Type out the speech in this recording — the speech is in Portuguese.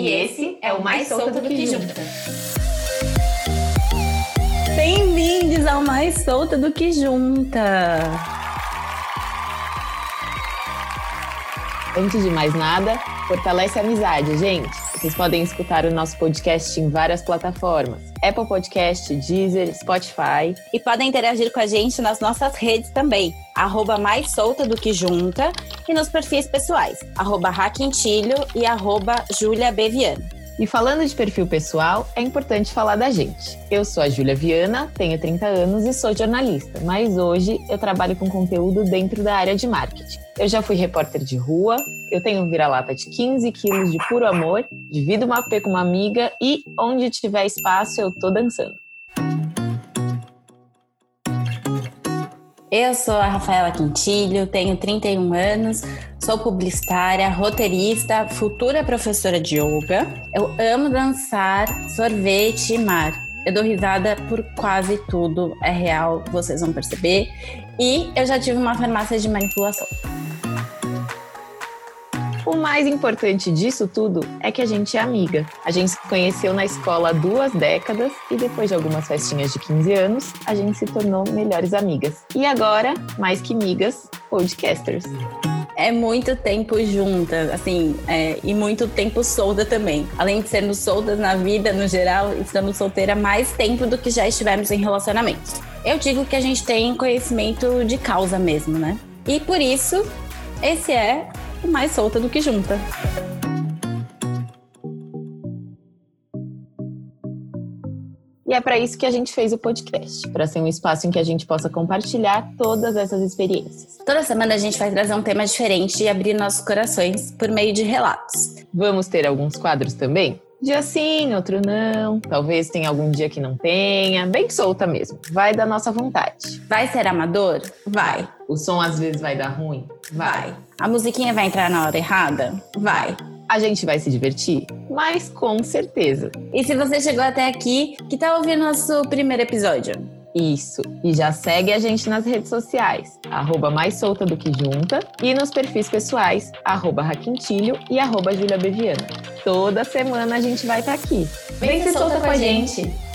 E esse é o Mais Solta do que Junta. Bem-vindos ao Mais Solta do que Junta. Antes de mais nada, fortalece a amizade, gente. Vocês podem escutar o nosso podcast em várias plataformas. Apple Podcast, Deezer, Spotify. E podem interagir com a gente nas nossas redes também. @Mais Solta do que Junta e nos perfis pessoais. @Raquentilho e @Julia B. Viana. E falando de perfil pessoal, é importante falar da gente. Eu sou a Júlia Viana, tenho 30 anos e sou jornalista, mas hoje eu trabalho com conteúdo dentro da área de marketing. Eu já fui repórter de rua, eu tenho um vira-lata de 15 quilos de puro amor, divido uma AP com uma amiga e onde tiver espaço eu tô dançando. Eu sou a Rafaela Quintilho, tenho 31 anos, sou publicitária, roteirista, futura professora de yoga. Eu amo dançar, sorvete e mar. Eu dou risada por quase tudo, é real, vocês vão perceber. E eu já tive uma farmácia de manipulação. O mais importante disso tudo é que a gente é amiga. A gente se conheceu na escola há 2 décadas e depois de algumas festinhas de 15 anos, a gente se tornou melhores amigas. E agora, mais que migas, podcasters. É muito tempo juntas, assim, e muito tempo solta também. Além de sermos soltas na vida, no geral, estamos solteiras mais tempo do que já estivemos em relacionamentos. Eu digo que a gente tem conhecimento de causa mesmo, né? E por isso, esse é o Mais Solta do que Junta. E é para isso que a gente fez o podcast, para ser um espaço em que a gente possa compartilhar todas essas experiências. Toda semana a gente vai trazer um tema diferente e abrir nossos corações por meio de relatos. Vamos ter alguns quadros também? Dia sim, outro não. Talvez tenha algum dia que não tenha. Bem solta mesmo. Vai da nossa vontade. Vai ser amador? Vai. O som às vezes vai dar ruim? Vai. A musiquinha vai entrar na hora errada? Vai. A gente vai se divertir? Mas com certeza. E se você chegou até aqui, que tal ouvir nosso primeiro episódio? Isso. E já segue a gente nas redes sociais. @Mais Solta do que Junta. E nos perfis pessoais. @Raquentilho e @Julia B. Viana. Toda semana a gente vai estar aqui. Vem se solta com a gente.